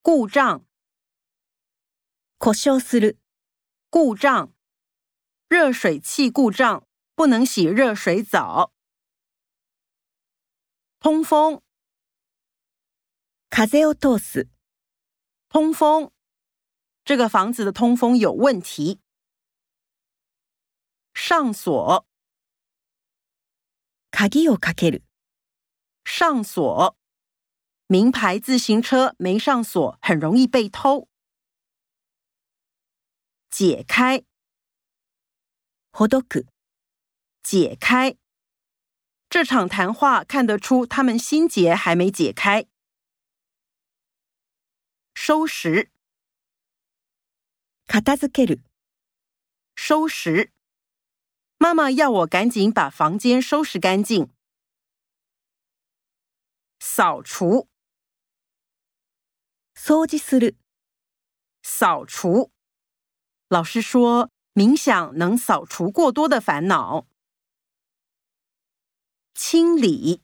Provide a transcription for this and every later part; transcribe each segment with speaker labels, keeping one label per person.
Speaker 1: 故障、
Speaker 2: 故障する、
Speaker 1: 故障。热水器故障，不能洗热水澡。通风、
Speaker 2: 風を通す、
Speaker 1: 通风。这个房子的通风有问题。上锁、
Speaker 2: 鍵をかける、
Speaker 1: 上锁。名牌自行车没上锁，很容易被偷。解开、
Speaker 2: ほどく、
Speaker 1: 解开。这场谈话看得出他们心结还没解开。收拾、
Speaker 2: 片付ける、
Speaker 1: 收拾。妈妈要我赶紧把房间收拾干净。扫除、
Speaker 2: 掃除する、
Speaker 1: 扫除。老师说，冥想能扫除过多的烦恼。清理、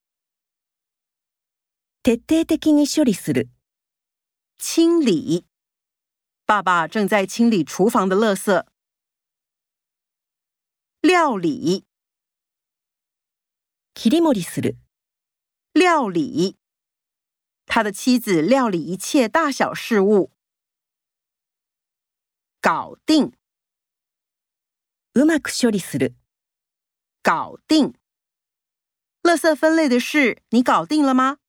Speaker 2: 徹底的に処理する、
Speaker 1: 清理。爸爸正在清理厨房的垃圾。料理、
Speaker 2: 切り盛りする、
Speaker 1: 料理。他的妻子料理一切大小事务。搞定、
Speaker 2: うまく処理する、
Speaker 1: 搞定。垃圾分类的事，你搞定了吗？